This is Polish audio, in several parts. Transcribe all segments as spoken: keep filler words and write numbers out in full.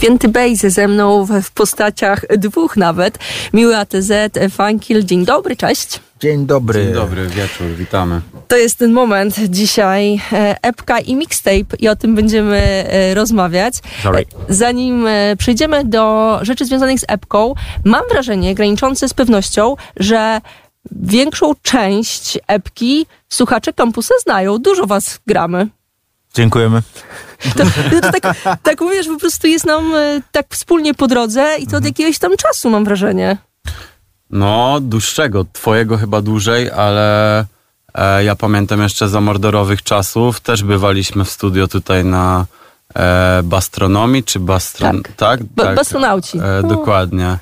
święty Bejzy ze mną w, w postaciach dwóch nawet. Miły A T Z, Funkil. Dzień dobry, cześć. Dzień dobry. Dzień dobry, wieczór, witamy. To jest ten moment dzisiaj, epka i mixtape i o tym będziemy rozmawiać. Sorry. Zanim przejdziemy do rzeczy związanych z epką, mam wrażenie, graniczące z pewnością, że większą część epki słuchacze kampusa znają. Dużo was gramy. Dziękujemy. To, to tak, tak mówię, że po prostu jest nam tak wspólnie po drodze i to od jakiegoś tam czasu, mam wrażenie. No, dłuższego, twojego chyba dłużej, ale e, ja pamiętam jeszcze za mordorowych czasów, też bywaliśmy w studio tutaj na e, Bastronomii, czy Bastron... Tak, tak? Ba- tak. Bastronauci. E, dokładnie.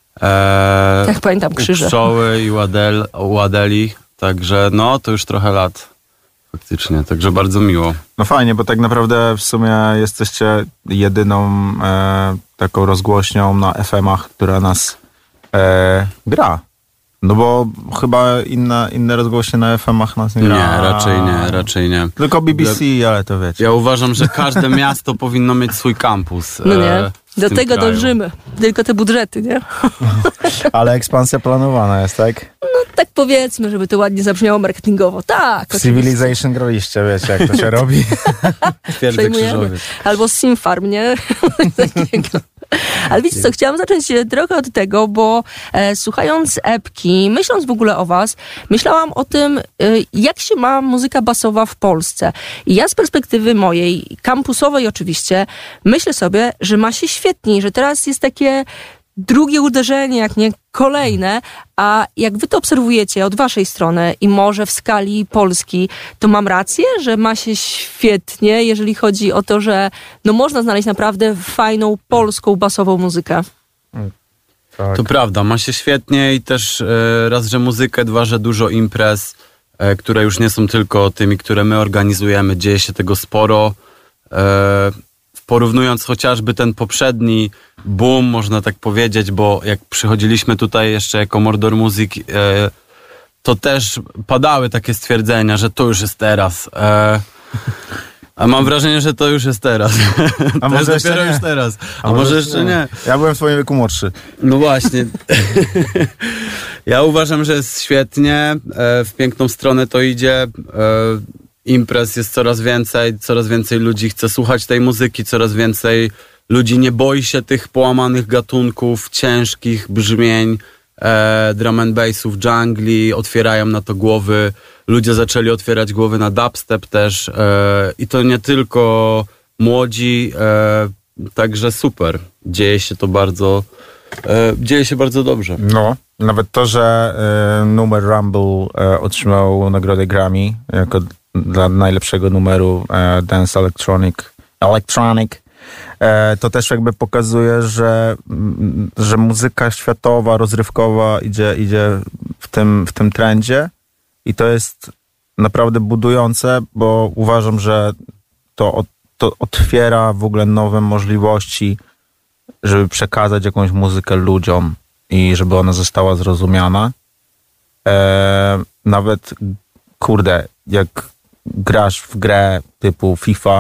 E, Tak, pamiętam krzyże. U Pszczoły i Ładel, u Adeli, także no, to już trochę lat. Faktycznie, także bardzo miło. No fajnie, bo tak naprawdę w sumie jesteście jedyną e, taką rozgłośnią na F M-ach, która nas e, gra. No bo chyba inne, inne rozgłośnie na F M-ach nas nie gra. Nie, raczej nie, raczej nie. Tylko B B C, ale to wiecie. Ja uważam, że każde miasto powinno mieć swój kampus. No nie, e, do tym tego kraju. dążymy. Tylko te budżety, nie? Ale ekspansja planowana jest, tak? No tak powiedzmy, żeby to ładnie zabrzmiało marketingowo. Tak, W Civilization graliście, wiecie jak to się robi. Twierdzy przejmujemy. krzyżowiec. Albo Simfarm, nie? Takiego. Ale wiecie co, chciałam zacząć trochę od tego, bo e, słuchając epki, myśląc w ogóle o was, myślałam o tym, e, jak się ma muzyka basowa w Polsce. I ja z perspektywy mojej, kampusowej oczywiście, myślę sobie, że ma się świetniej, że teraz jest takie drugie uderzenie, jak nie kolejne, a jak wy to obserwujecie od waszej strony i może w skali Polski, to mam rację, że ma się świetnie, jeżeli chodzi o to, że no można znaleźć naprawdę fajną, polską, basową muzykę. Tak. To prawda, ma się świetnie i też e, raz, że muzykę, dwa, że dużo imprez, e, które już nie są tylko tymi, które my organizujemy, dzieje się tego sporo. E, porównując chociażby ten poprzedni boom, można tak powiedzieć, bo jak przychodziliśmy tutaj jeszcze jako Mordor Music, e, to też padały takie stwierdzenia, że to już jest teraz. E, a mam wrażenie, że to już jest teraz. A to może jest dopiero jeszcze nie. już teraz. A, A może jeszcze nie. Ja byłem w swoim wieku młodszy. No właśnie. Ja uważam, że jest świetnie. E, w piękną stronę to idzie. E, imprez jest coraz więcej, coraz więcej ludzi chce słuchać tej muzyki, coraz więcej ludzi nie boi się tych połamanych gatunków, ciężkich brzmień, e, drum and bassów, jungli, otwierają na to głowy. Ludzie zaczęli otwierać głowy na dubstep też e, i to nie tylko młodzi, e, także super. Dzieje się to bardzo, e, dzieje się bardzo dobrze. No, nawet to, że e, numer Rumble e, otrzymał nagrodę Grammy jako dla najlepszego numeru e, Dance Electronic, Electronic e, to też jakby pokazuje, że, m, że muzyka światowa, rozrywkowa idzie, idzie w tym, w tym trendzie i to jest naprawdę budujące, bo uważam, że to, od, to otwiera w ogóle nowe możliwości, żeby przekazać jakąś muzykę ludziom i żeby ona została zrozumiana. E, nawet, kurde, jak grasz w grę typu FIFA,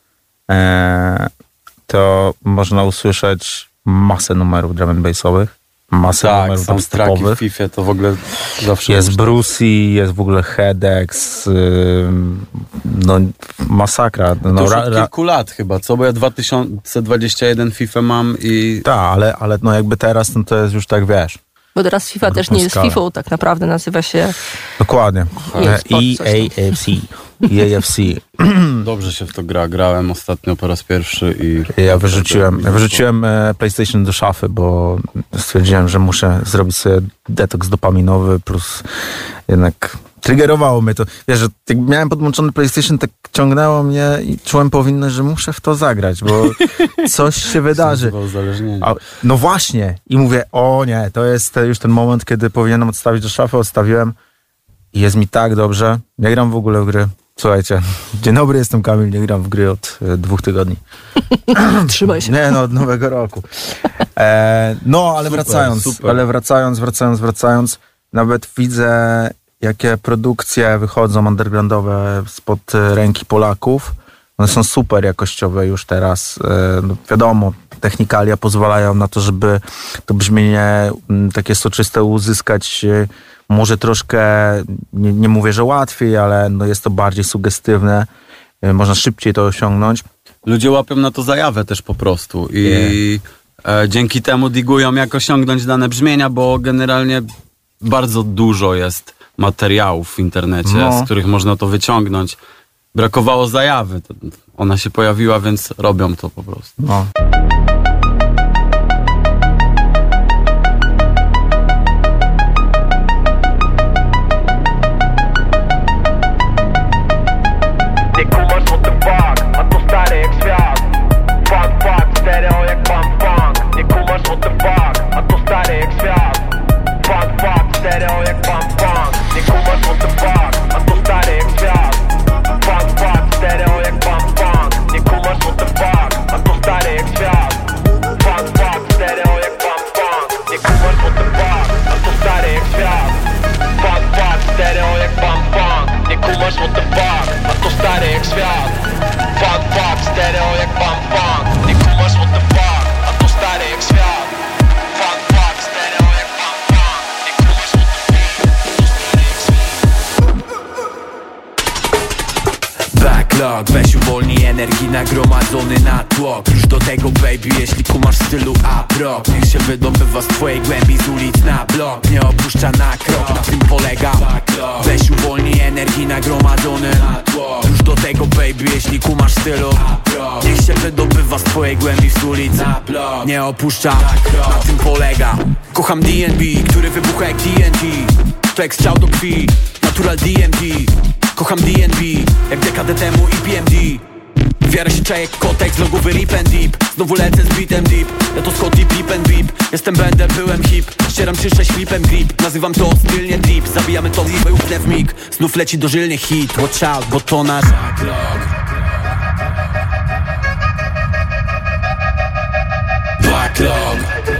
e, to można usłyszeć masę numerów drum and bassowych, masę Tak, numerów soundtracki w dubstepowych. FIFA to w ogóle zawsze... Jest Brucey, jest w ogóle Hedex, yy, no masakra. To No, już ra, od ra, kilku lat chyba, co? Bo ja dwa tysiące dwudziesty jeden FIFA mam i... tak, ale, ale no jakby teraz no to jest już tak, wiesz. Bo teraz FIFA też nie jest skala. FIFA, tak naprawdę nazywa się... Dokładnie. Nie, E, sport, coś E A F C. E A F C. Dobrze się w to gra. Grałem ostatnio po raz pierwszy i... Ja wyrzuciłem, ja wyrzuciłem e, PlayStation do szafy, bo stwierdziłem, że muszę zrobić sobie detoks dopaminowy, plus jednak triggerowało mnie to. Wiesz, że jak miałem podłączony PlayStation, tak ciągnęło mnie i czułem powinność, że muszę w to zagrać, bo coś się wydarzy. Uzależnienie. A, no właśnie. I mówię, o nie, to jest już ten moment, kiedy powinienem odstawić do szafy. Odstawiłem i jest mi tak dobrze. Nie gram w ogóle w gry. Słuchajcie, dzień dobry, jestem Kamil, nie gram w gry od e, dwóch tygodni. Trzymaj się. Nie, no od nowego roku. E, no, ale Super, wracając, super. ale wracając, wracając, wracając, nawet widzę, jakie produkcje wychodzą undergroundowe spod ręki Polaków, one są super jakościowe już teraz. No wiadomo, technikalia pozwalają na to, żeby to brzmienie takie soczyste uzyskać może troszkę, nie, nie mówię, że łatwiej, ale no jest to bardziej sugestywne. Można szybciej to osiągnąć. Ludzie łapią na to zajawę też po prostu i yeah. e, dzięki temu digują, jak osiągnąć dane brzmienia, bo generalnie bardzo dużo jest materiałów w internecie, no. z których można to wyciągnąć. Brakowało zajawy. Ona się pojawiła, więc robią to po prostu. No. Weź uwolnij energii nagromadzony na tłok. Już do tego baby, jeśli kumasz stylu A-Prok. Niech się wydobywa z twojej głębi, z ulic na blok. Nie opuszcza na krok, na tym polega. Weź uwolnij energii nagromadzony na tłok. Już do tego baby, jeśli kumasz stylu A-Prok. Niech się wydobywa z twojej głębi, z ulic na blok. Nie opuszcza, na tym polega. Kocham D and B, który wybucha jak T N T. To jak strzał do krwi, natural D M D. Kocham D and B, jak dekadę temu i P M D. Wiara się czaje jak kotek z logowy Rip and Deep. Znowu lecę z beatem deep, ja to Scotty Pip and Beep. Jestem będę, byłem hip, ścieram czyszczę ślipem grip. Nazywam to stylnie drip, zabijamy to i upnę w mig. Znów leci dożylnie hit, watch out, bo to nasz backlog. Backlog.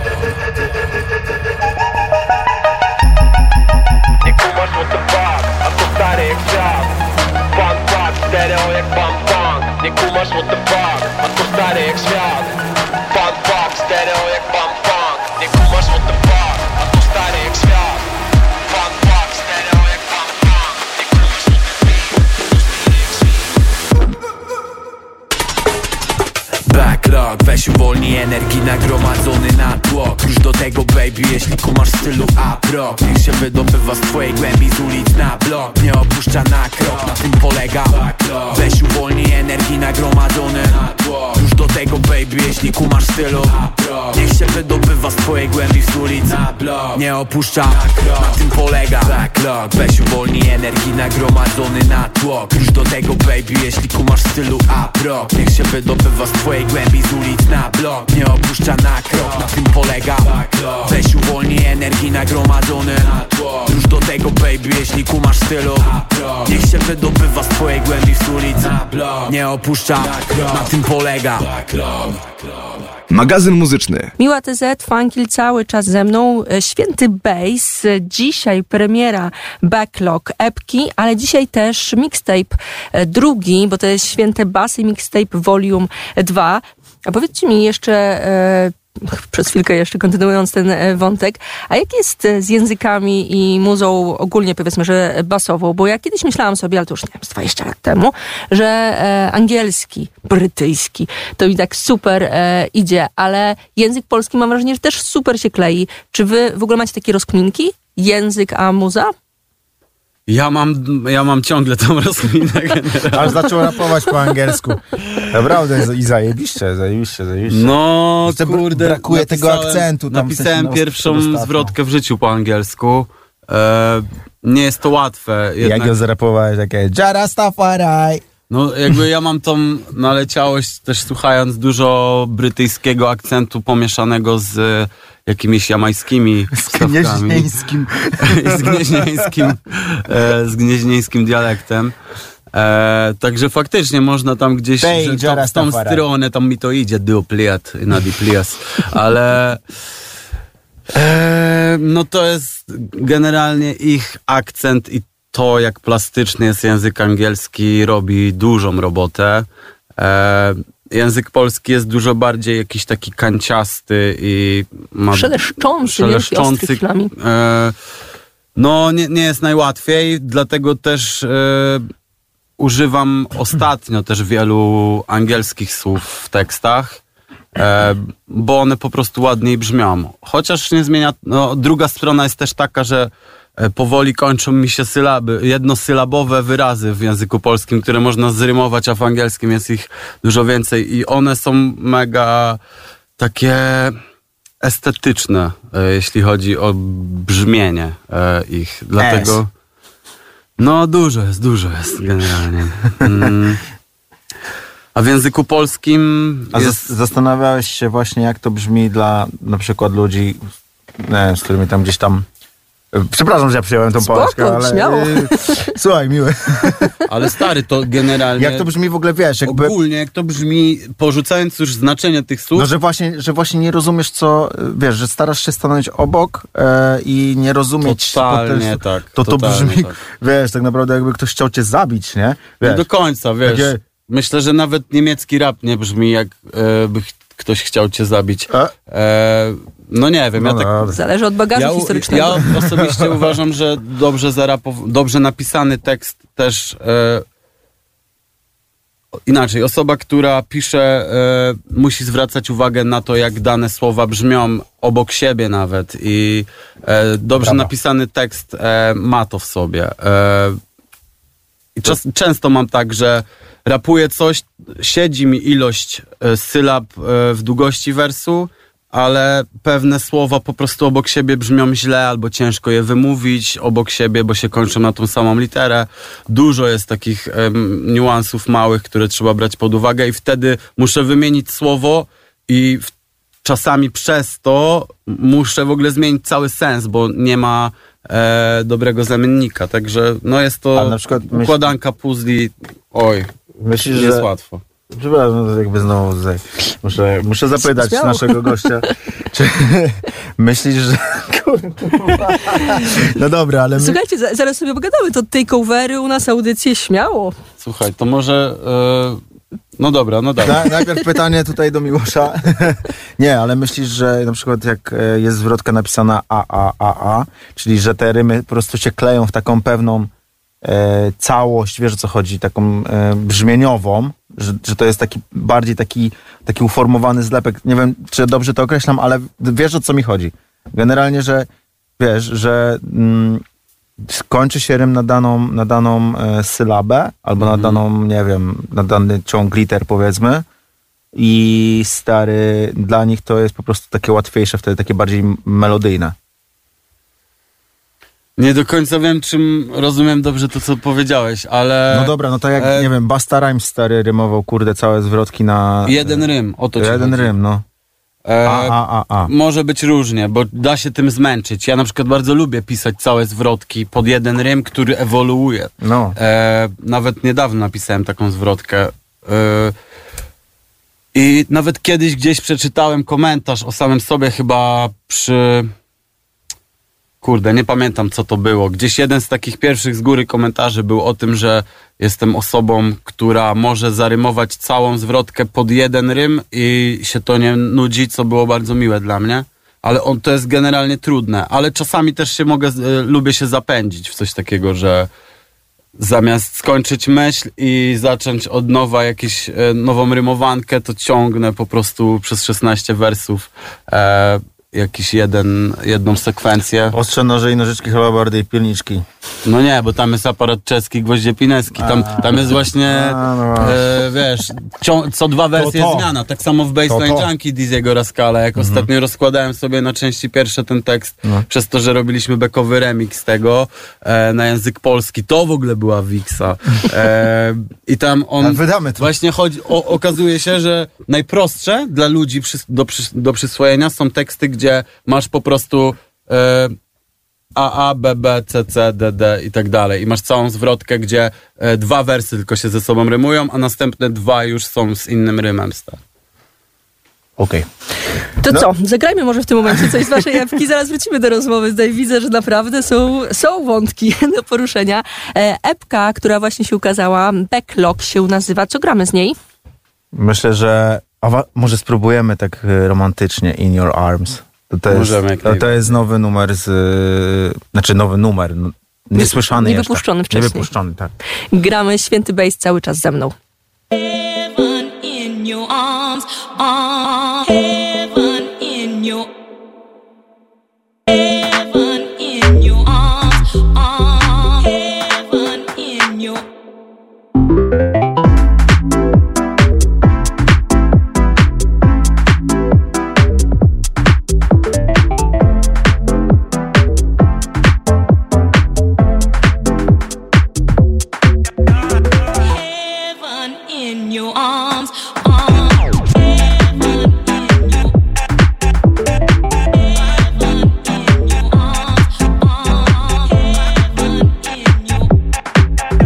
Nie kumasz what the fuck, a to stary jak świat. Funk, funk, stereo jak bam, bang. Nie kumasz what the fuck, a to stary jak świat. Funk, funk, stereo jak bam, bang. Nie kumasz what the fuck, a to stary jak świat. Funk, funk, stereo jak bam, bang. Nie kumasz what the fuck. Backlog, weź uwolnij energii nagromadzony na tłok. Już do tego baby, jeśli kumasz stylu A-Prok. Niech się wydobywa z twojej głębi, z ulic na blok. Nie opuszcza na krok, na tym polega. Weź uwolnij energii nagromadzony na tłok. Już do tego baby, jeśli kumasz stylu A-Prok. Niech się wydobywa z twojej głębi, z ulic na blok. Nie opuszcza, na tym polega. Backlog, weź uwolnij energii nagromadzony na tłok. Już do tego baby, jeśli kumasz stylu A-Prok. Niech się wydobywa z twojej głębi, z ulic na blok. Nie opuszcza na krok, na tym polega. Weź uwolnij energii nagromadzony na tłok. Już do tego baby, jeśli kumasz stylu A-Prok. Niech się wydobywa z twojej głębi, z ulic na blok. Nie opuszcza, na tym polega. Magazyn muzyczny. Miła T Z, Funkiel cały czas ze mną. Święty Bass. Dzisiaj premiera Backlog epki, ale dzisiaj też mixtape drugi, bo to jest Święte Basy Mixtape Volume dwa. A powiedzcie mi jeszcze, e, przez chwilkę jeszcze kontynuując ten wątek, a jak jest z językami i muzą ogólnie, powiedzmy, że basową? Bo ja kiedyś myślałam sobie, ale to już nie wiem, z dwadzieścia lat temu, że e, angielski, brytyjski to mi tak super e, idzie, ale język polski mam wrażenie, że też super się klei. Czy wy w ogóle macie takie rozkminki? Język a muza? Ja mam, ja mam ciągle tą rozkminę generalnie. Aż zaczął rapować po angielsku. Naprawdę i zajebiście, zajebiście, zajebiście. No, Jeszcze kurde. brakuje tego akcentu. Tam napisałem pierwszą zwrotkę w życiu po angielsku. E, nie jest to łatwe. Jednak, jak ją zarapowałeś, takie Jarastafari. no jakby ja mam tą naleciałość też słuchając dużo brytyjskiego akcentu pomieszanego z jakimiś jamańskimi wstawkami. Z gnieźnieńskim. z gnieźnieńskim, e, z gnieźnieńskim dialektem. E, także faktycznie można tam gdzieś, Tej, że to, w tą stronę tam mi to idzie, dupliat, na diplias, ale e, no to jest generalnie ich akcent i to, jak plastyczny jest język angielski, robi dużą robotę. E, język polski jest dużo bardziej jakiś taki kanciasty i ma Szeleszczący, szeleszczący wielki, ostry e, no nie, nie jest najłatwiej, dlatego też e, używam ostatnio też wielu angielskich słów w tekstach, e, bo one po prostu ładniej brzmią. Chociaż nie zmienia, no, druga strona jest też taka, że e, powoli kończą mi się sylaby, jednosylabowe wyrazy w języku polskim, które można zrymować, a w angielskim jest ich dużo więcej i one są mega takie estetyczne, e, jeśli chodzi o brzmienie e, ich. Dlatego... No dużo jest, dużo jest generalnie. Mm. A w języku polskim A jest... zas- zastanawiałeś się właśnie, jak to brzmi dla na przykład ludzi, nie, z którymi tam gdzieś tam... Przepraszam, że ja przyjąłem tą Spoko, Polskę, ale... śmiało. Słuchaj, miły. Ale stary, to generalnie... Jak to brzmi w ogóle, wiesz, jakby... Ogólnie, jak to brzmi, porzucając już znaczenie tych słów... No, że właśnie, że właśnie nie rozumiesz, co... Wiesz, że starasz się stanąć obok e, i nie rozumieć... Totalnie potem, tak. To to totalnie brzmi, tak. wiesz, tak naprawdę jakby ktoś chciał cię zabić, nie? Wiesz, Nie do końca, wiesz. Takie- Myślę, że nawet niemiecki rap nie brzmi, jak e, by ch- ktoś chciał cię zabić. E? E, no nie wiem, No ja tak... dobra. Zależy od bagażu Ja, u- historycznego. ja osobiście uważam, że dobrze, zarapow- dobrze napisany tekst też e, inaczej. Osoba, która pisze, e, musi zwracać uwagę na to, jak dane słowa brzmią obok siebie nawet i e, dobrze Brawo. napisany tekst e, ma to w sobie. E, i czas, często mam tak, że rapuję coś, siedzi mi ilość e, sylab e, w długości wersu, ale pewne słowa po prostu obok siebie brzmią źle albo ciężko je wymówić obok siebie, bo się kończą na tą samą literę. Dużo jest takich em, niuansów małych, które trzeba brać pod uwagę i wtedy muszę wymienić słowo i w, czasami przez to muszę w ogóle zmienić cały sens, bo nie ma e, dobrego zamiennika. Także no jest A to na przykład myśl- układanka puzli. Oj, Myślisz, nie że... jest łatwo. Przepraszam, no to jakby znowu tutaj muszę, muszę zapytać Śmiało. naszego gościa, czy myślisz, że... Kurwa. No dobra, ale... My... Słuchajcie, za- zaraz sobie pogadamy, to takeovery u nas audycje, śmiało. Słuchaj, to może... E, no dobra, no dobra. Na, najpierw pytanie tutaj do Miłosza. Nie, ale myślisz, że na przykład jak e, jest zwrotka napisana A, A, A, A, czyli że te rymy po prostu się kleją w taką pewną e, całość, wiesz o co chodzi, taką e, brzmieniową, że, że to jest taki bardziej taki, taki uformowany zlepek. Nie wiem, czy dobrze to określam, ale wiesz o co mi chodzi. Generalnie, że wiesz, że mm, skończy się rym na daną, na daną e, sylabę, albo na daną, nie wiem, na dany ciąg liter powiedzmy i stary, dla nich to jest po prostu takie łatwiejsze, wtedy takie bardziej melodyjne. Nie do końca wiem, czym rozumiem dobrze to, co powiedziałeś, ale... No dobra, no tak jak, e, nie wiem, Busta Rhymes stary rymował, kurde, całe zwrotki na... Jeden rym, o to ci Jeden chodzi. rym, no. E, A, a, a, a. Może być różnie, bo da się tym zmęczyć. Ja na przykład bardzo lubię pisać całe zwrotki pod jeden rym, który ewoluuje. No. E, nawet niedawno napisałem taką zwrotkę. E, I nawet kiedyś gdzieś przeczytałem komentarz o samym sobie chyba przy... Kurde, nie pamiętam co to było. Gdzieś jeden z takich pierwszych z góry komentarzy był o tym, że jestem osobą, która może zarymować całą zwrotkę pod jeden rym i się to nie nudzi, co było bardzo miłe dla mnie. Ale on, to jest generalnie trudne. Ale czasami też się mogę, y, lubię się zapędzić w coś takiego, że zamiast skończyć myśl i zacząć od nowa jakąś y, nową rymowankę, to ciągnę po prostu przez szesnaście wersów e, jakiś jeden, jedną sekwencję. Ostrze, noże i nożyczki, halabardy i pilniczki. No nie, bo tam jest aparat czeski, gwoździe pineski. Tam, tam jest właśnie, A, no właśnie. e, wiesz, cią- co dwa wersje To to. jest zmiana. Tak samo w Baseline To to. Junkie Dizzy'ego Rascala. Jak Mhm. ostatnio rozkładałem sobie na części pierwsze ten tekst, No. przez to, że robiliśmy backowy remix tego e, na język polski. To w ogóle była Wixa. E, I tam A on... wydamy to. Właśnie chodzi, o, okazuje się, że najprostsze dla ludzi przy, do, przy, do przyswojenia są teksty, gdzie masz po prostu e, A, A, B, B, C, C, D, D i tak dalej. I masz całą zwrotkę, gdzie e, dwa wersy tylko się ze sobą rymują, a następne dwa już są z innym rymem. Stary. Okej. To No. co, zagrajmy może w tym momencie coś z waszej epki, zaraz wrócimy do rozmowy. Tutaj widzę, że naprawdę są, są wątki do poruszenia. E, epka, która właśnie się ukazała, Backlog się nazywa. Co gramy z niej? Myślę, że a wa- może spróbujemy tak y, romantycznie In Your Arms. To, to, jest, Możemy, jak to, to jest nowy numer z... Y, znaczy nowy numer, no, niesłyszany Nie jeszcze. wypuszczony wcześniej. Nie wypuszczony, tak. Gramy Święty Bass cały czas ze mną. Heaven in your arms, ah, heaven in your, heaven in your arms, ah, heaven in your. Heaven in your arms, ah, heaven in your, heaven in your arms, ah, heaven in your.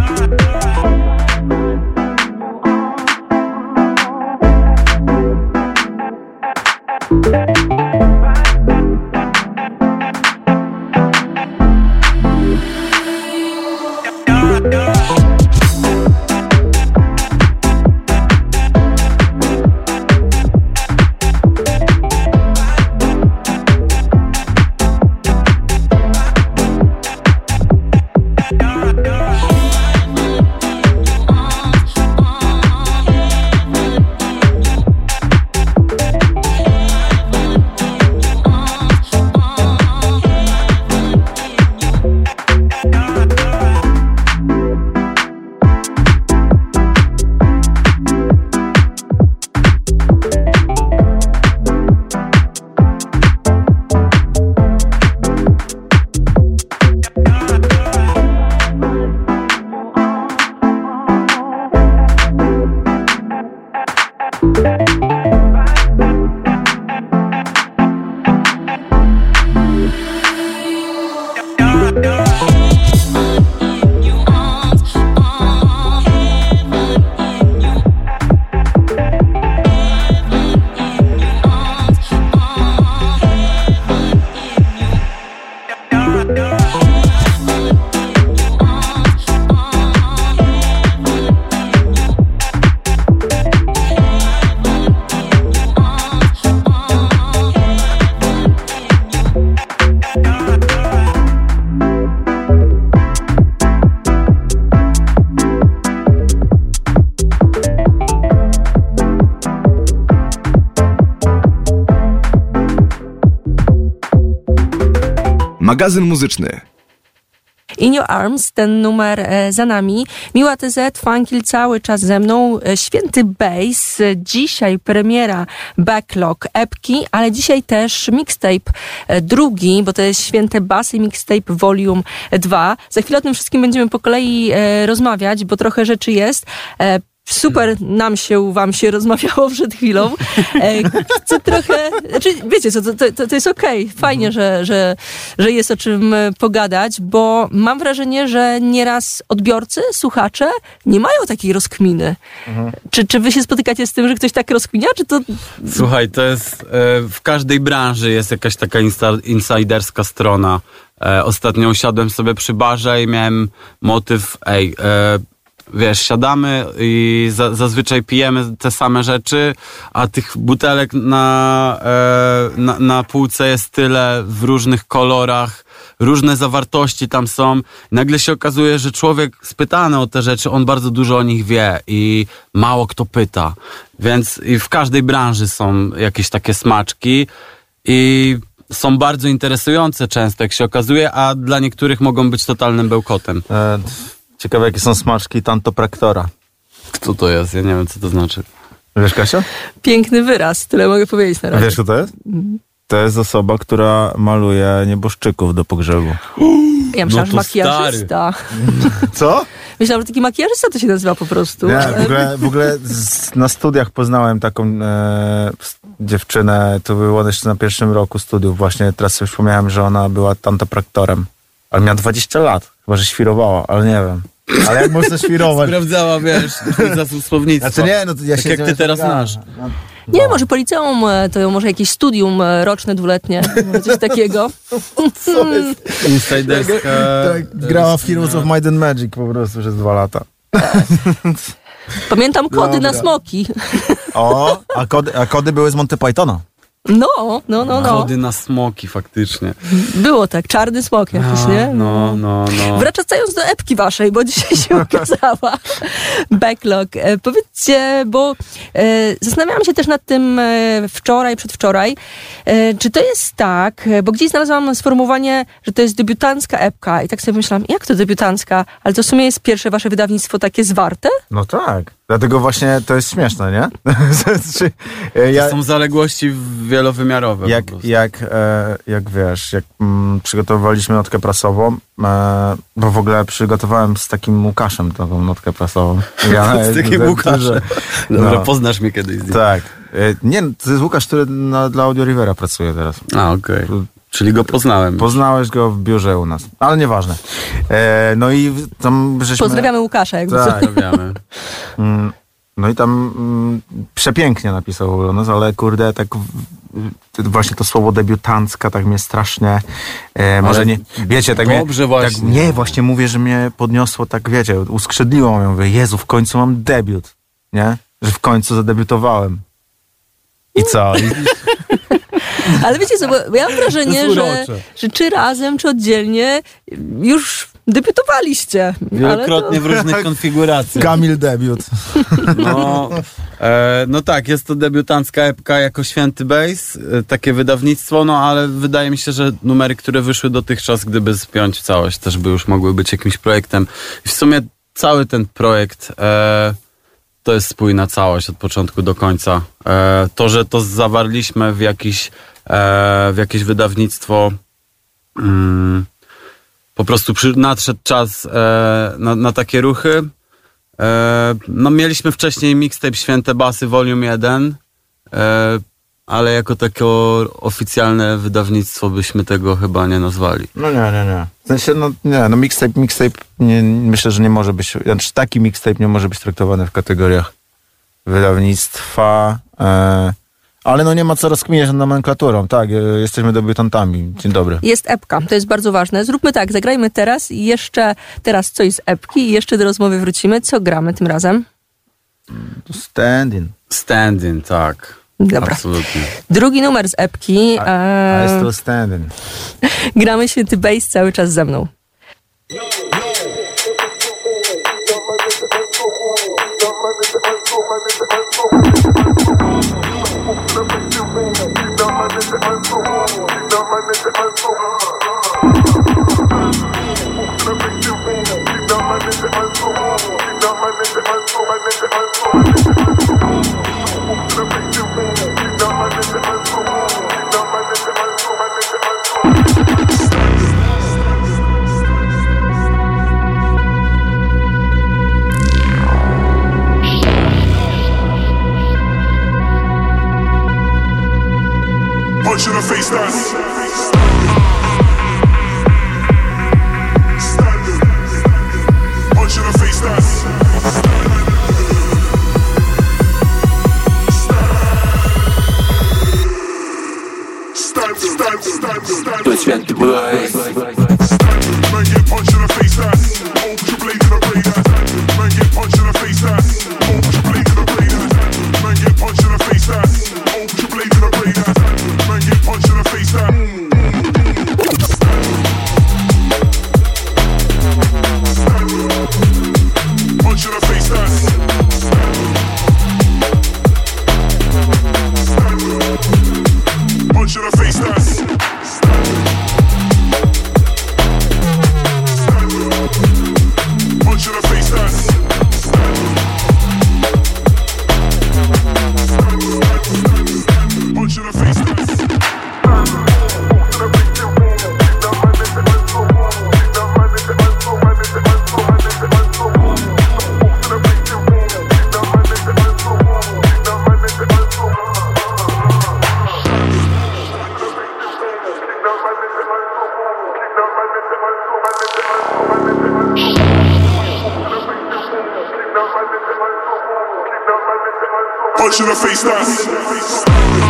Magazyn muzyczny. In Your Arms, ten numer e, za nami. Miła T Z, Funkil cały czas ze mną. E, Święty Bass, e, dzisiaj premiera Backlog epki, ale dzisiaj też mixtape e, drugi, bo to jest Święte Basy Mixtape Volume dwa. Za chwilę o tym wszystkim będziemy po kolei e, rozmawiać, bo trochę rzeczy jest. E, Super nam się, wam się rozmawiało przed chwilą. E, chcę trochę, znaczy wiecie co, to, to, to jest okej, okay. Fajnie, że, że, że jest o czym pogadać, bo mam wrażenie, że nieraz odbiorcy, słuchacze nie mają takiej rozkminy. Mhm. Czy, czy wy się spotykacie z tym, że ktoś tak rozkminia, czy to... Słuchaj, to jest, e, w każdej branży jest jakaś taka insta, insiderska strona. E, ostatnio usiadłem sobie przy barze i miałem motyw, ej, e, wiesz, siadamy i za, zazwyczaj pijemy te same rzeczy, a tych butelek na, e, na, na półce jest tyle w różnych kolorach, różne zawartości tam są. Nagle się okazuje, że człowiek spytany o te rzeczy, on bardzo dużo o nich wie i mało kto pyta. Więc i w każdej branży są jakieś takie smaczki i są bardzo interesujące często, jak się okazuje, a dla niektórych mogą być totalnym bełkotem. E, ciekawe, jakie są smaczki Tantopraktora. Co to jest? Ja nie wiem, co to znaczy. Wiesz, Kasia? Piękny wyraz, tyle mogę powiedzieć na razie. Wiesz, co to jest? To jest osoba, która maluje nieboszczyków do pogrzebu. Ja myślałam, No że to makijażysta. Co? Myślałam, że taki makijażysta to się nazywa po prostu. Nie, w ogóle, w ogóle z, na studiach poznałem taką e, dziewczynę, to było jeszcze na pierwszym roku studiów właśnie, teraz sobie przypomniałem, że ona była tantopraktorem, ale miała dwadzieścia lat, chyba, że świrowała, ale nie wiem. Ale jak można świrować? Sprawdzała, wiesz, zasób słownictwa. Znaczy nie, no to ja tak się jak ty teraz masz. No. Nie, może po liceum, to może jakieś studium roczne, dwuletnie, coś takiego. Co jest? Insiderska... Tak, grała w Heroes of Might and Magic po prostu przez dwa lata. Pamiętam kody Dobra. na smoki. O, a kody, a kody były z Monty Pythona. No, no, no, no. Kody na smoki faktycznie. Było tak, czarny smok jakiś, nie? No, no, no. Wracając do epki waszej, bo dzisiaj się okazała. Backlog. E, powiedzcie, bo e, zastanawiałam się też nad tym e, wczoraj, przedwczoraj, e, czy to jest tak, e, bo gdzieś znalazłam sformułowanie, że to jest debiutancka epka i tak sobie myślałam, jak to debiutancka? Ale to w sumie jest pierwsze wasze wydawnictwo takie zwarte? No tak. Dlatego właśnie to jest śmieszne, nie? Czy, e, ja, To są zaległości wielowymiarowe. jak, po prostu. jak, e, jak wiesz, jak mm, przygotowywaliśmy notkę prasową, e, bo w ogóle przygotowałem z takim Łukaszem tą notkę prasową. Ja, Z takim e, Łukaszem. że- Dobra, no. poznasz mnie kiedyś z nim. Tak. E, nie, to jest Łukasz, który na, dla Audio Rivera pracuje teraz. A, okej. Czyli go poznałem. Poznałeś go w biurze u nas, ale nieważne. E, no i w- tam żeśmy... Pozdrawiamy Łukasza, jakby Tak. co. Pozdrawiamy. Mm, No i tam mm, przepięknie napisał o nas, ale kurde, tak w, w, właśnie to słowo debiutancka tak mnie strasznie, e, może nie, wiecie, tak mnie, dobrze właśnie. tak, nie, właśnie mówię, że mnie podniosło tak, wiecie, uskrzydliło mnie, mówię, Jezu, w końcu mam debiut, nie? Że w końcu zadebiutowałem. I co? I, Ale wiecie co, bo ja mam wrażenie, To jest że, urocze. że czy razem, czy oddzielnie już debiutowaliście. Wielokrotnie w różnych konfiguracjach. Kamil debiut. No, e, no tak, jest to debiutancka epka jako Święty Bass, e, takie wydawnictwo, no ale wydaje mi się, że numery, które wyszły dotychczas, gdyby spiąć w całość, też by już mogły być jakimś projektem. I w sumie cały ten projekt e, to jest spójna całość od początku do końca. E, to, że to zawarliśmy w, jakiś, e, w jakieś wydawnictwo, mm, po prostu przy, nadszedł czas e, na, na takie ruchy. E, no mieliśmy wcześniej mixtape Święte Basy Volume jeden, e, ale jako takie oficjalne wydawnictwo byśmy tego chyba nie nazwali. No nie, nie, nie. W sensie, no nie, no mixtape, mixtape, nie, myślę, że nie może być, znaczy taki mixtape nie może być traktowany w kategoriach wydawnictwa, e, ale no nie ma co rozkminiać nad nomenklaturą, tak, e, jesteśmy debiutantami. Dzień dobry. Jest epka, to jest bardzo ważne. Zróbmy tak, zagrajmy teraz i jeszcze teraz coś z epki i jeszcze do rozmowy wrócimy. Co gramy tym razem? Standing. Standing, tak. Dobra. Absolutnie. Drugi numer z epki. I E, still standing. gramy Święty Bass cały czas ze mną. Punch in the face, that's punch in the face, that's stand, stand, stand, stand. To Święty Bass. Man get punched in the face, that's oh, put your blade in the blade, that's man get punched in the face, that's oh, put your blade in the blade, that's man get punched in the face, that's oh, put your blade in the blade, that's man get punched in the face, that's punch in the face, that's punch in the face, that's punch in the face, that's punch in the face, that's punch in the face, that's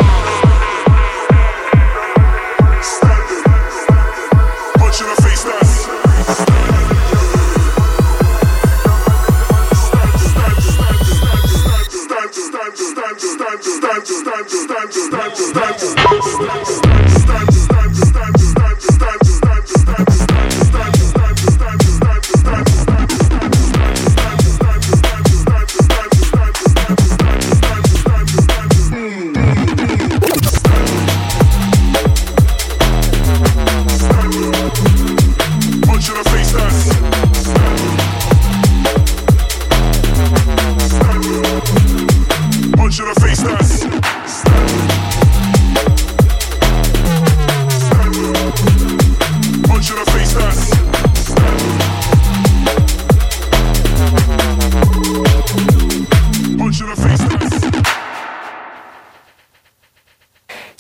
punch in the face, that's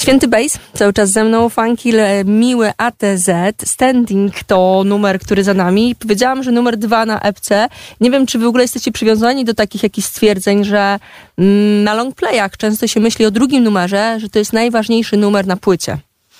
Święty Bass, cały czas ze mną, funky, miły A T Z, Standing to numer, który za nami. Powiedziałam, że numer dwa na epce. Nie wiem, czy wy w ogóle jesteście przywiązani do takich jakichś stwierdzeń, że mm, na longplayach często się myśli o drugim numerze, że to jest najważniejszy numer na płycie.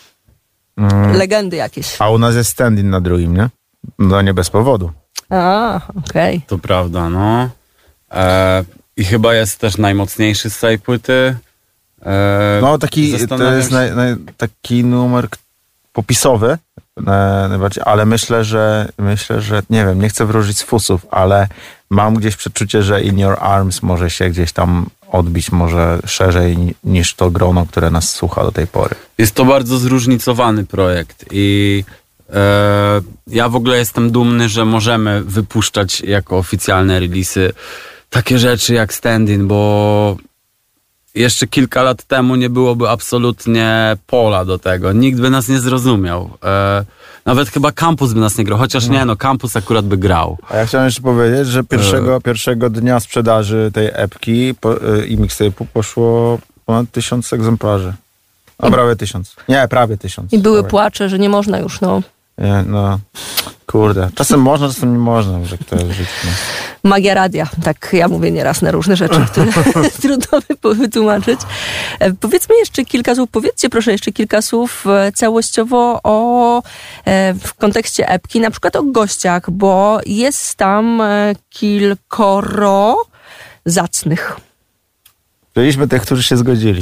Mm. Legendy jakieś. A u nas jest Standing na drugim, nie? No nie bez powodu. A, okej. To prawda, no. E, I chyba jest też najmocniejszy z tej płyty. E, No taki, to zastanawiam jest się- naj, naj, taki numer k- popisowy, e, najbardziej, ale myślę, że myślę, że nie wiem, nie chcę wróżyć z fusów, ale mam gdzieś przeczucie, że In Your Arms może się gdzieś tam odbić może szerzej ni- niż to grono, które nas słucha do tej pory. Jest to bardzo zróżnicowany projekt i e, ja w ogóle jestem dumny, że możemy wypuszczać jako oficjalne releasy takie rzeczy jak Standing, bo jeszcze kilka lat temu nie byłoby absolutnie pola do tego. Nikt by nas nie zrozumiał. E, nawet chyba Campus by nas nie grał, chociaż nie, no Campus akurat by grał. A ja chciałem jeszcze powiedzieć, że pierwszego, pierwszego dnia sprzedaży tej epki po, y, i mixtape'u poszło ponad tysiąc egzemplarzy. A prawie tysiąc. Nie, prawie tysiąc. I były Prawie. płacze, że nie można już, no. Nie, no, kurde. Czasem można, czasem nie można, że to jest życie. No. Magia radia. Tak ja mówię nieraz na różne rzeczy, które trudno wy- wytłumaczyć. E, powiedzmy jeszcze kilka słów, powiedzcie proszę jeszcze kilka słów e, całościowo o, e, w kontekście epki, na przykład o gościach, bo jest tam e, kilkoro zacnych. Byliśmy tych, którzy się zgodzili.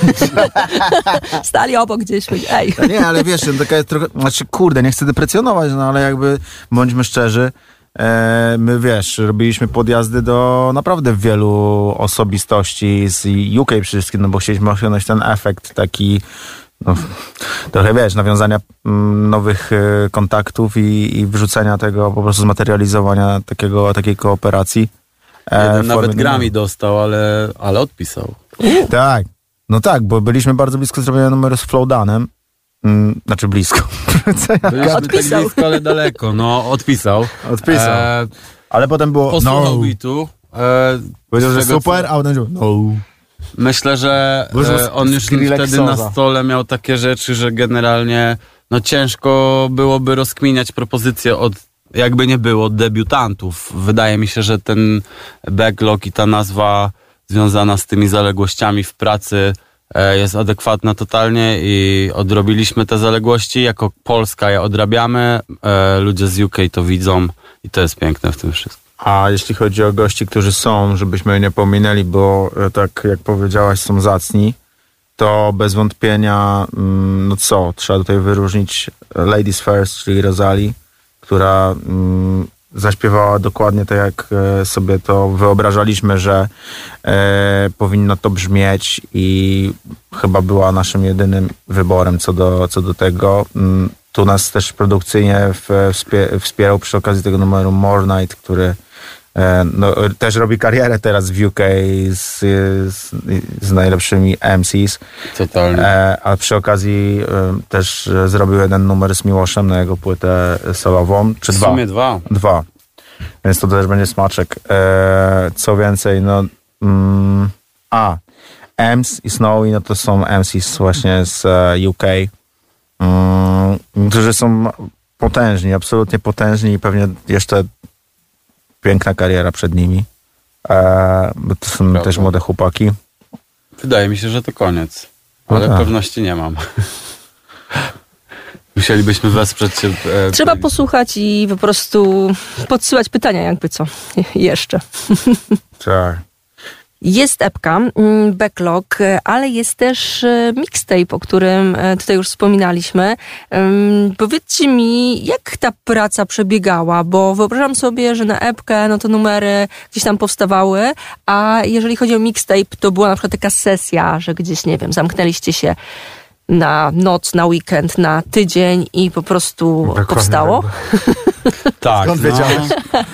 Stali obok gdzieś, ej. No nie, ale wiesz, no taka jest trochę, znaczy kurde, nie chcę deprecjonować, no ale jakby bądźmy szczerzy, e, my wiesz, robiliśmy podjazdy do naprawdę wielu osobistości z U K przede wszystkim, no bo chcieliśmy osiągnąć ten efekt taki, no, trochę wiesz, nawiązania mm, nowych e, kontaktów i, i wrzucenia tego, po prostu zmaterializowania takiego, takiej kooperacji. e, Jeden w nawet formie Grammy dostał, ale, ale odpisał. Tak, no tak, bo byliśmy bardzo blisko zrobienia numeru z Flowdanem. Mm, znaczy blisko. Co ja Byliśmy tak Odpisał. blisko, ale daleko. No, odpisał. Odpisał. E, Ale potem było posłuchał no. beatu. E, Powiedział, z że tego, super, co- a potem było no. Myślę, że Wyszło e, z- on już z wtedy Skrillexa. na stole miał takie rzeczy, że generalnie no ciężko byłoby rozkminiać propozycje od, jakby nie było, od debiutantów. Wydaje mi się, że ten backlog i ta nazwa związana z tymi zaległościami w pracy e, jest adekwatna totalnie i odrobiliśmy te zaległości. Jako Polska je odrabiamy, e, ludzie z U K to widzą i to jest piękne w tym wszystkim. A jeśli chodzi o gości, którzy są, żebyśmy nie pominęli, bo e, tak jak powiedziałaś, są zacni, to bez wątpienia, mm, no co, trzeba tutaj wyróżnić Ladies First, czyli Rosalie, która mm, zaśpiewała dokładnie tak, jak e, sobie to wyobrażaliśmy, że e, powinno to brzmieć i chyba była naszym jedynym wyborem co do, co do tego. Mm, tu nas też produkcyjnie w, wspie, wspierał przy okazji tego numeru More Night, który e, no, też robi karierę teraz w U K z, z, z najlepszymi M Cs. Totalnie. E, a przy okazji e, też e, zrobił jeden numer z Miłoszem na jego płytę solową, czy W dwa. sumie dwa. Dwa. Więc to też będzie smaczek. E, co więcej, no mm, a, Ems i Snowy, no to są M Cs właśnie z e, U K, mm, którzy są potężni, absolutnie potężni i pewnie jeszcze piękna kariera przed nimi. E, bo to są Prawda. też młode chłopaki. Wydaje mi się, że to koniec. No Ale tak. pewności nie mam. Musielibyśmy wesprzeć się. E, Trzeba w- posłuchać i po prostu podsyłać pytania, jakby co. Jeszcze. Tak. Jest epka, mm, backlog, e, ale jest też e, mixtape, o którym e, tutaj już wspominaliśmy. Ym, Powiedzcie mi, jak ta praca przebiegała, bo wyobrażam sobie, że na epkę no to numery gdzieś tam powstawały, a jeżeli chodzi o mixtape, to była na przykład taka sesja, że gdzieś, nie wiem, zamknęliście się na noc, na weekend, na tydzień i po prostu Dokładnie powstało. Tak, Skąd no. wiedziałeś?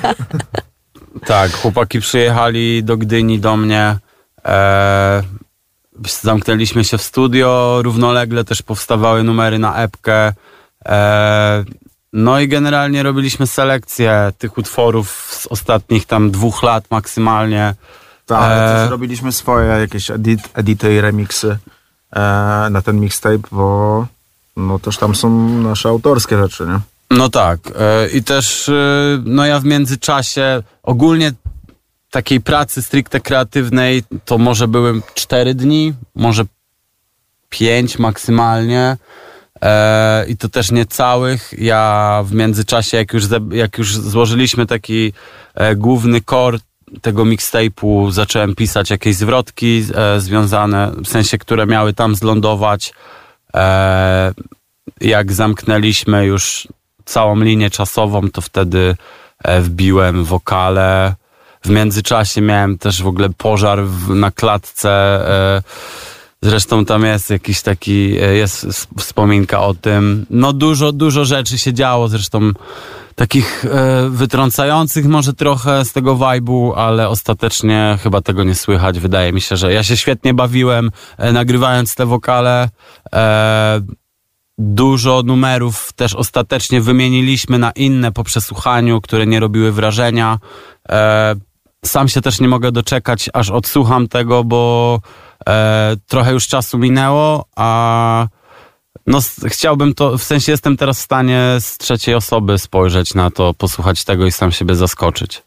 Tak, chłopaki przyjechali do Gdyni do mnie. E, zamknęliśmy się w studio. Równolegle też powstawały numery na epkę. E, no i generalnie robiliśmy selekcję tych utworów z ostatnich tam dwóch lat maksymalnie. Tak, ale E, też robiliśmy swoje jakieś edit, edity i remixy. e, na ten mixtape, bo no też tam są nasze autorskie rzeczy, nie? No tak. E, I też e, no ja w międzyczasie ogólnie takiej pracy stricte kreatywnej to może były cztery dni, może pięć maksymalnie. E, I to też nie całych. Ja w międzyczasie, jak już, ze, jak już złożyliśmy taki e, główny core tego mixtape'u, zacząłem pisać jakieś zwrotki e, związane, w sensie, które miały tam zlądować. E, jak zamknęliśmy już całą linię czasową, to wtedy e, wbiłem wokale. W międzyczasie miałem też w ogóle pożar w, na klatce. E, Zresztą tam jest jakiś taki, jest wspominka o tym. No dużo, dużo rzeczy się działo, zresztą takich e, wytrącających może trochę z tego vibe'u, ale ostatecznie chyba tego nie słychać. Wydaje mi się, że ja się świetnie bawiłem e, nagrywając te wokale. E, dużo numerów też ostatecznie wymieniliśmy na inne po przesłuchaniu, które nie robiły wrażenia. E, sam się też nie mogę doczekać, aż odsłucham tego, bo E, trochę już czasu minęło, a no, chciałbym to, w sensie jestem teraz w stanie z trzeciej osoby spojrzeć na to, posłuchać tego i sam siebie zaskoczyć.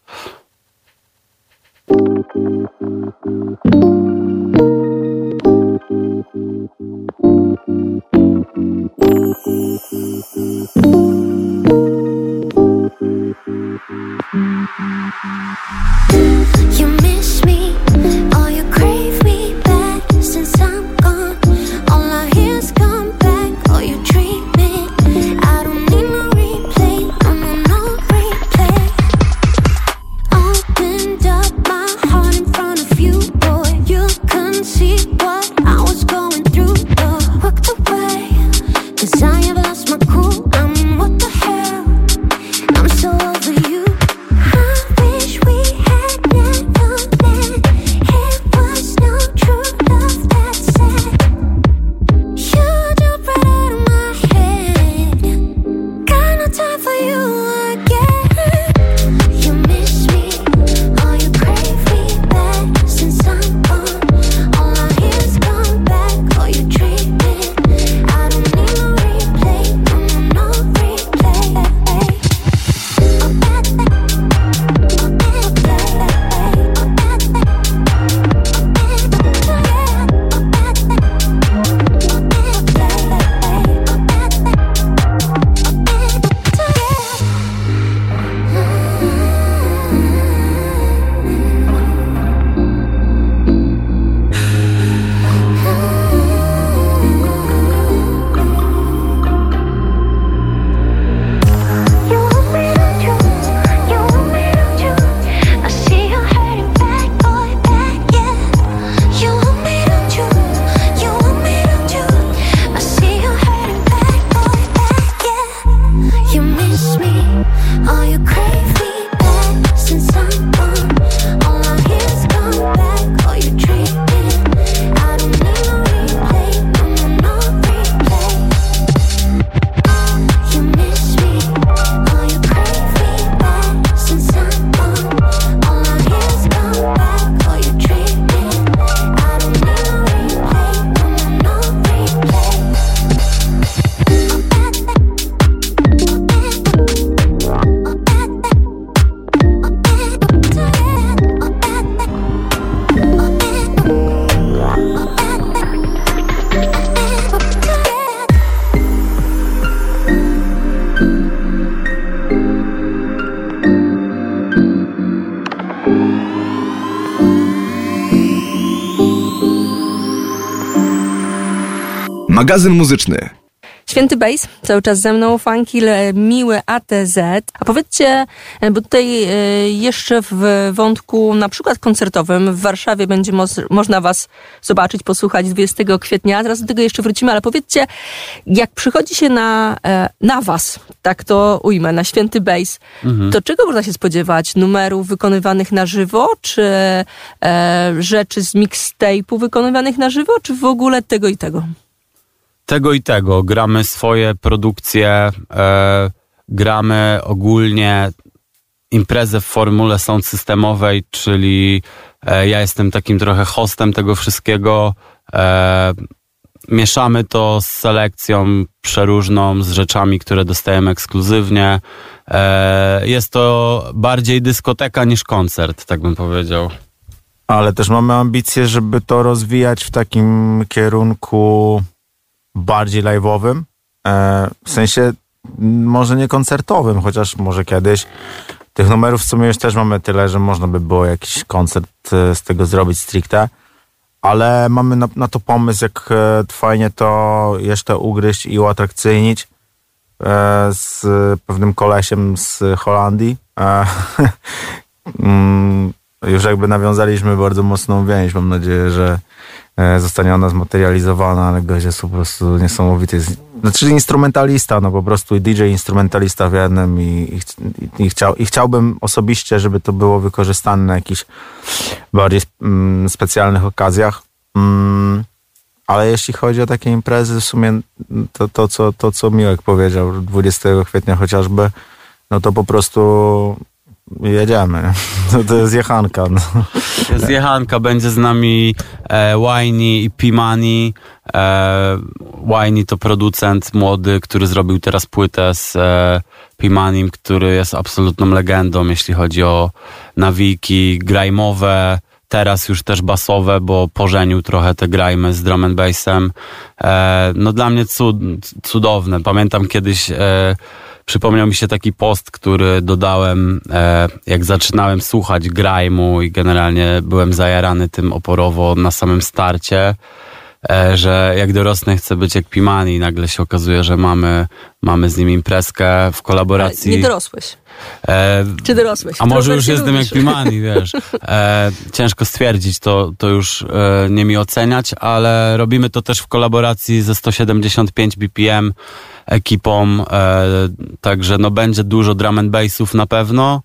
You miss me, or you crave me back since I'm gone. All I hear is come back, or you treat me. I don't need no replay, no, no, no replay. Opened up my heart in front of you, boy. You couldn't see what I was going through, though. Walked away, cause I have lost my cool. I mean, what the hell? I'm so over you. I wish we had never met. It was no true love that said you jumped right out of my head. Got no time for you again. You miss me, or you crave me back since I'm gone. All I hear is come back, or you treat me. I don't need no replay, no, no, no replay. Oh, bad, you want me, don't you? You want me, don't you? I see you heading back, boy, back, yeah. You want me, don't you? You want me, don't you? I see you heading back, boy, back, yeah. You miss me, or you crave me back since I'm gone. All I hear is come back, or you treat me. I don't need no replay, no, no, no replay. You miss me, or you crave me back since I'm gone. All I hear is come back, or you treat me. I don't need no replay, no, no, no replay. Magazyn muzyczny. Święty Bass, cały czas ze mną, funky, miły A T Z. A powiedzcie, bo tutaj e, jeszcze w wątku na przykład koncertowym w Warszawie będzie mo- można was zobaczyć, posłuchać dwudziestego kwietnia. Zaraz do tego jeszcze wrócimy, ale powiedzcie, jak przychodzi się na, e, na was, tak to ujmę, na Święty Bass, mhm. to czego można się spodziewać? Numerów wykonywanych na żywo, czy e, rzeczy z mixtape'u wykonywanych na żywo, czy w ogóle tego i tego? Tego i tego. Gramy swoje produkcje, e, gramy ogólnie imprezę w formule sound systemowej, czyli e, ja jestem takim trochę hostem tego wszystkiego. E, mieszamy to z selekcją przeróżną, z rzeczami, które dostajemy ekskluzywnie. E, jest to bardziej dyskoteka niż koncert, tak bym powiedział. Ale też mamy ambicje, żeby to rozwijać w takim kierunku bardziej live'owym. E, w sensie może nie koncertowym, chociaż może kiedyś. Tych numerów w sumie już też mamy tyle, że można by było jakiś koncert z tego zrobić stricte. Ale mamy na, na to pomysł, jak e, fajnie to jeszcze ugryźć i uatrakcyjnić e, z pewnym kolesiem z Holandii. E, mm, już jakby nawiązaliśmy bardzo mocną więź. Mam nadzieję, że e, zostanie ona zmaterializowana, ale gość jest po prostu niesamowity. Znaczy instrumentalista, no po prostu i D J instrumentalista w jednym i, i, i, chciał, i chciałbym osobiście, żeby to było wykorzystane na jakichś bardziej mm, specjalnych okazjach. Mm, ale jeśli chodzi o takie imprezy, w sumie to, to, co, to co Miłek powiedział, dwudziestego kwietnia chociażby, no to po prostu jedziemy. To, to jest jechanka. No. Jest jechanka, będzie z nami e, Winy i P-Money. E, Winy to producent młody, który zrobił teraz płytę z e, P-Moneym, który jest absolutną legendą, jeśli chodzi o nawijki grajmowe, teraz już też basowe, bo pożenił trochę te grajmy z drum and bassem. E, no dla mnie cud, cudowne. Pamiętam kiedyś e, przypomniał mi się taki post, który dodałem, e, jak zaczynałem słuchać grajmu i generalnie byłem zajarany tym oporowo na samym starcie, e, że jak dorosnę chcę być jak P-Money i nagle się okazuje, że mamy, mamy z nim imprezkę w kolaboracji. Ale nie dorosłeś. E, Czy dorosłeś? A może Trochę już się jestem lubisz. jak P-Money, wiesz. E, ciężko stwierdzić, to, to już e, nie mi oceniać, ale robimy to też w kolaboracji ze sto siedemdziesiąt pięć B P M ekipą, e, także no będzie dużo drum and bassów na pewno,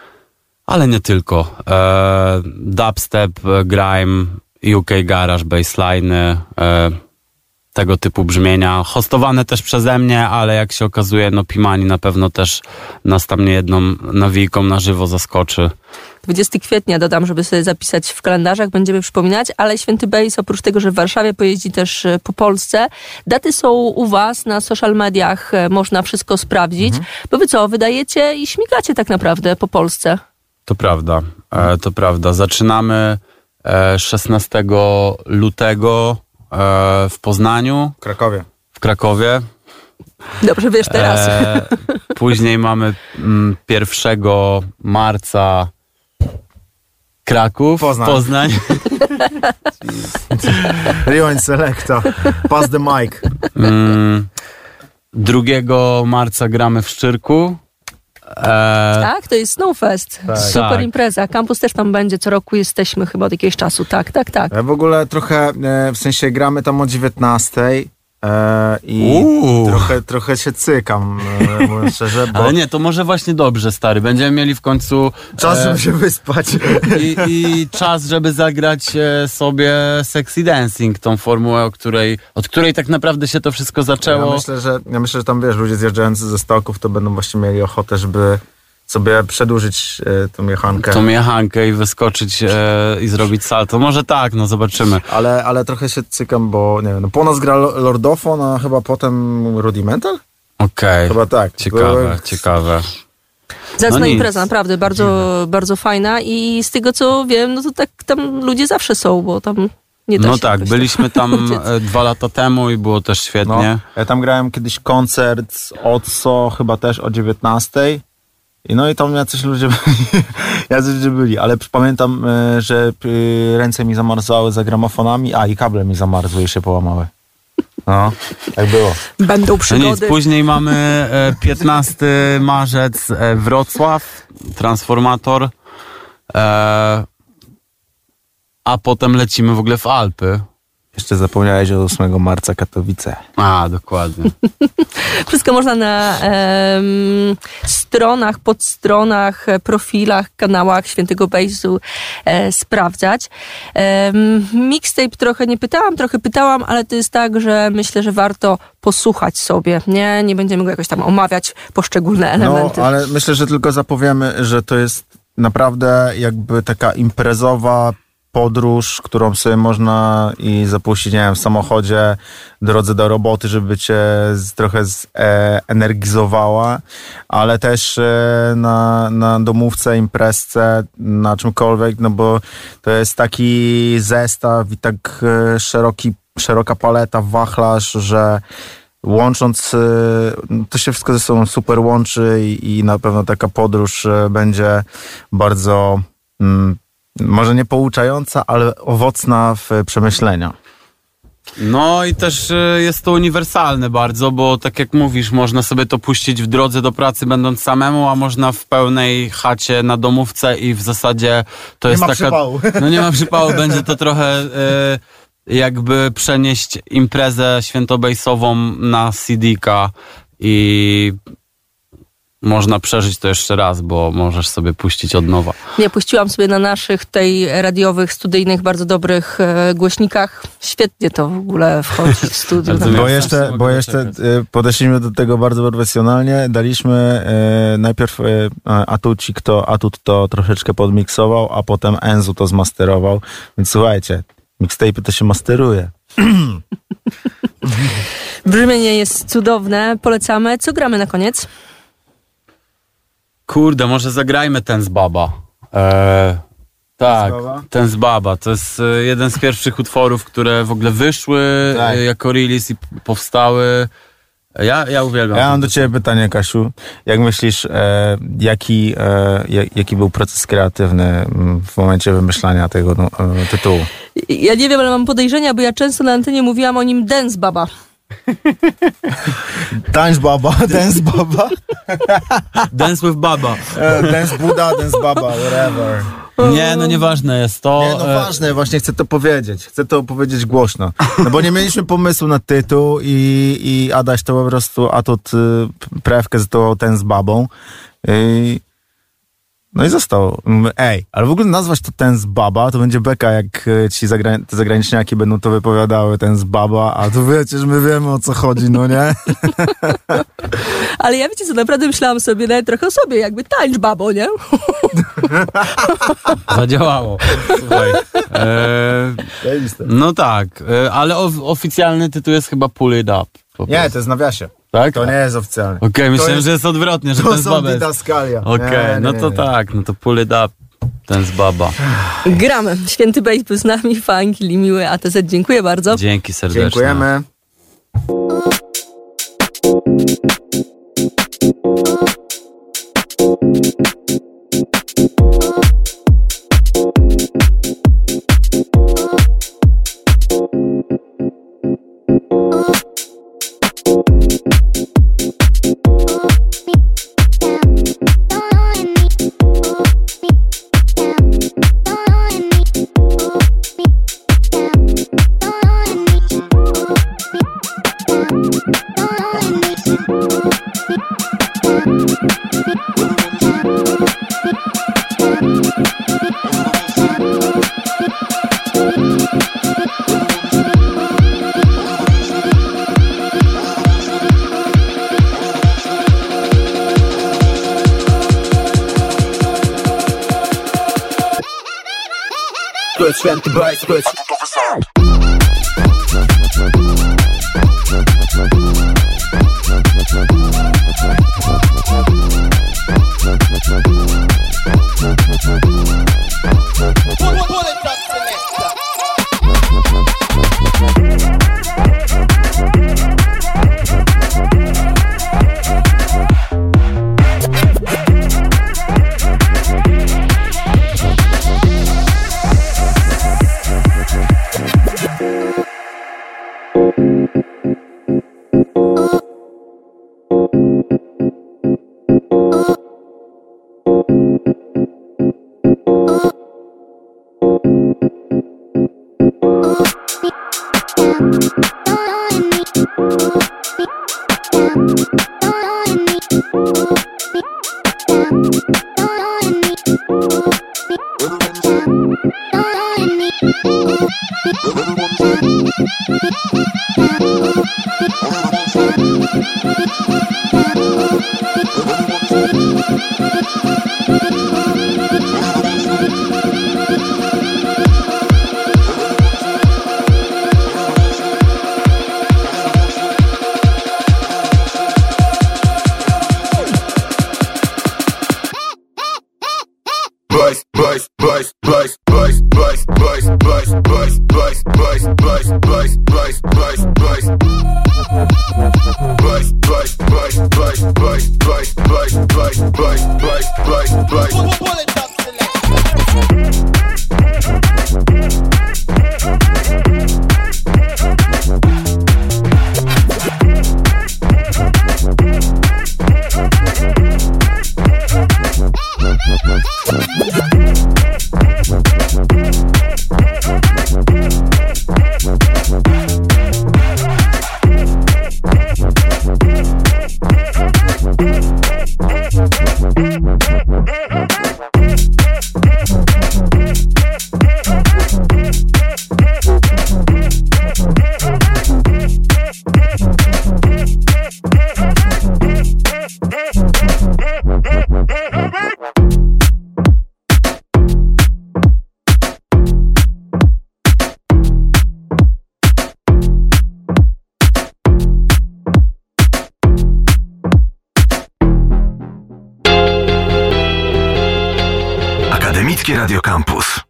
ale nie tylko. E, dubstep, grime, U K garage, bassline, e, tego typu brzmienia. Hostowane też przeze mnie, ale jak się okazuje, no P-Money na pewno też nas tam niejedną nawijką na żywo zaskoczy. dwudziestego kwietnia dodam, żeby sobie zapisać w kalendarzach, będziemy przypominać, ale Święty Bass oprócz tego, że w Warszawie pojeździ też po Polsce. Daty są u was na social mediach, można wszystko sprawdzić. Mhm. Bo wy co, wydajecie i śmigacie tak naprawdę po Polsce. To prawda, e, to prawda. Zaczynamy e, szesnastego lutego e, w Poznaniu. W Krakowie. W Krakowie. Dobrze, wiesz teraz. E, później mamy mm, pierwszego marca Kraków, Poznań. Poznań. Rewind Selecta. Pass the mic. Mm, drugiego marca gramy w Szczyrku. E, Tak, to jest Snowfest. Super Tak. impreza. Kampus też tam będzie, co roku jesteśmy chyba od jakiegoś czasu. Tak, tak, tak. W ogóle trochę, e, w sensie gramy tam o dziewiętnastej e, i Uuu. trochę, trochę się cykam, e, mówiąc szczerze, bo ale nie, to może właśnie dobrze, stary. Będziemy mieli w końcu czas, e, żeby się wyspać. i, i czas, żeby zagrać e, sobie Sexy Dancing, tą formułę, o której, od której tak naprawdę się to wszystko zaczęło. Ja myślę, że, ja myślę, że tam, wiesz, ludzie zjeżdżający ze stoków, to będą właśnie mieli ochotę, żeby sobie przedłużyć e, tą jechankę. Tą jechankę i wyskoczyć e, i zrobić salto. Może tak, no zobaczymy. Ale, ale trochę się cykam, bo nie wiem, no po nas gra Lo- Lordofon, a chyba potem Rudimental? Okej, Chyba tak. ciekawe, Bo- ciekawe. Zacna No nic. impreza, naprawdę, bardzo, bardzo fajna i z tego co wiem, no to tak tam ludzie zawsze są, bo tam nie da No się tak, jakoś byliśmy tam uciec. e, dwa lata temu i było też No, świetnie. ja tam grałem kiedyś koncert z Otso, chyba też o dziewiętnastej. I no i tam jacyś ludzie, jacyś ludzie byli, ale pamiętam, e, że e, ręce mi zamarzały za gramofonami, a i kable mi zamarzły i się połamały. No, tak było. Będą No nic, przygody. później mamy e, piętnastego marca e, Wrocław, Transformator, e, a potem lecimy w ogóle w Alpy. Jeszcze zapomniałeś o ósmego marca Katowice. A, dokładnie. Wszystko można na em, stronach, podstronach, e, profilach, kanałach Świętego Bassu e, sprawdzać. Em, mixtape trochę nie pytałam, trochę pytałam, ale to jest tak, że myślę, że warto posłuchać sobie. Nie, nie będziemy go jakoś tam omawiać poszczególne elementy. No, ale myślę, że tylko zapowiemy, że to jest naprawdę jakby taka imprezowa podróż, którą sobie można i zapuścić, nie wiem, w samochodzie, drodze do roboty, żeby cię z, trochę zenergizowała, ale też e, na, na domówce, imprezce, na czymkolwiek, no bo to jest taki zestaw i tak e, szeroki, szeroka paleta, wachlarz, że łącząc, to się wszystko ze sobą super łączy i, i na pewno taka podróż będzie bardzo, mm, może nie pouczająca, ale owocna w przemyślenia. No i też y, jest to uniwersalne bardzo, bo tak jak mówisz, można sobie to puścić w drodze do pracy będąc samemu, a można w pełnej chacie na domówce i w zasadzie to Nie jest ma taka... przypału. No nie ma przypału, będzie to trochę... Y, jakby przenieść imprezę świętobejsową na C D-ka i można przeżyć to jeszcze raz, bo możesz sobie puścić od nowa. Ja puściłam sobie na naszych tej radiowych, studyjnych, bardzo dobrych e, głośnikach. Świetnie to w ogóle wchodzi w studiu. Bardzo Bo Ja jeszcze, mogę bo jeszcze doczekać. y, podeszliśmy do tego bardzo profesjonalnie. Daliśmy y, najpierw y, Atucik to Atut to troszeczkę podmiksował, a potem Enzu to zmasterował. Więc słuchajcie, mixtape'y to się masteruje. Brzmienie jest cudowne, polecamy. Co gramy na koniec? Kurde, może zagrajmy ten z Baba. Eee, tak, Ten z Baba? ten z Baba. To jest e, jeden z pierwszych utworów, które w ogóle wyszły Tak. e, jako release i powstały. Ja, ja uwielbiam. Ja to. mam do ciebie pytanie, Kasiu. Jak myślisz, e, jaki, e, jak, jaki był proces kreatywny m, w momencie wymyślania tego no, e, tytułu? Ja nie wiem, ale mam podejrzenia, bo ja często na antenie mówiłam o nim Dance Baba. Dance Baba, Dance Baba. Dance with Baba. E, dance Buddha, Dance Baba, whatever. Nie, no nieważne jest to. Nie, no e, ważne, właśnie chcę to powiedzieć. Chcę to powiedzieć głośno. No bo nie mieliśmy pomysłu na tytuł i, i Adaś to po prostu Atut y, prewkę zdołał ten z babą. I, no i został. Mówię, ej, ale w ogóle nazwać to ten z baba, to będzie beka, jak y, ci zagra- te zagraniczniaki będą to wypowiadały, ten z baba, a tu wiecie, że my wiemy, o co chodzi, no nie? Ale ja wiecie co, naprawdę myślałam sobie nawet trochę o sobie, jakby tańcz babo, nie? Zadziałało. Słuchaj. E, no tak, e, ale of, oficjalny tytuł jest chyba Pull It Up. po Nie, prostu. to jest na nawiasie. Tak? To nie jest oficjalne. Okej, okay, myślałem, jest- że jest odwrotnie, że To ten z są Baba jest. didaskalia. Okej, Nie, nie, no nie, to nie. tak, no to Pull It Up, ten z Baba. Gramy. Święty Bass był z nami, funky, miły A T Z. Dziękuję bardzo. Dzięki serdecznie. Dziękujemy. To jest święty bass, to jest bass, bass, bass, bass, bass, bass, bass, bass, bass, bass, bass, bass, bass, bass. Bass, bass, bass, bass, bass, bass, bass, bass, bass, bass, bass, bass. Akademickie Radio Campus.